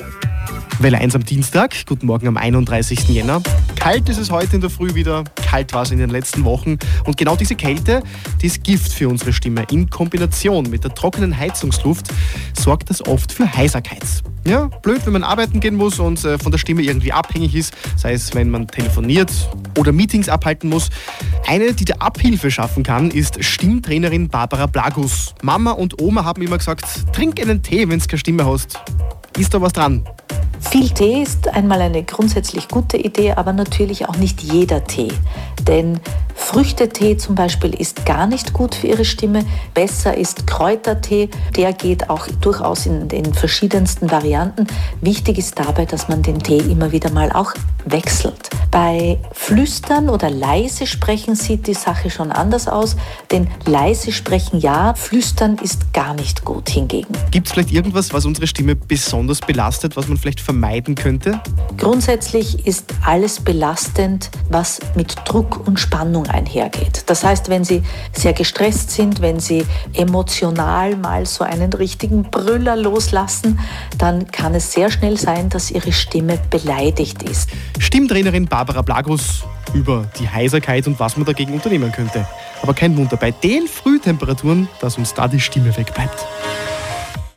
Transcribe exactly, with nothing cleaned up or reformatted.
Welle eins am Dienstag, guten Morgen am einunddreißigsten Jänner. Kalt ist es heute in der Früh wieder, kalt war es in den letzten Wochen. Und genau diese Kälte, die ist Gift für unsere Stimme. In Kombination mit der trockenen Heizungsluft sorgt das oft für Heiserkeit. Ja, blöd, wenn man arbeiten gehen muss und äh, von der Stimme irgendwie abhängig ist, sei es, wenn man telefoniert oder Meetings abhalten muss. Eine, die dir Abhilfe schaffen kann, ist Stimmtrainerin Barbara Blagus. Mama und Oma haben immer gesagt, trink einen Tee, wenn du keine Stimme hast. Ist da was dran? Viel Tee ist einmal eine grundsätzlich gute Idee, aber natürlich auch nicht jeder Tee. Denn Früchtetee zum Beispiel ist gar nicht gut für Ihre Stimme. Besser ist Kräutertee. Der geht auch durchaus in den verschiedensten Varianten. Wichtig ist dabei, dass man den Tee immer wieder mal auch wechselt. Bei Flüstern oder leise Sprechen sieht die Sache schon anders aus. Denn leise Sprechen ja, Flüstern ist gar nicht gut hingegen. Gibt es vielleicht irgendwas, was unsere Stimme besonders belastet, was man vielleicht vermeiden könnte? Grundsätzlich ist alles belastend, was mit Druck und Spannung einhergeht. Das heißt, wenn Sie sehr gestresst sind, wenn Sie emotional mal so einen richtigen Brüller loslassen, dann kann es sehr schnell sein, dass Ihre Stimme beleidigt ist. Stimmtrainerin Barbara Blagus über die Heiserkeit und was man dagegen unternehmen könnte. Aber kein Wunder, bei den Frühtemperaturen, dass uns da die Stimme wegbleibt.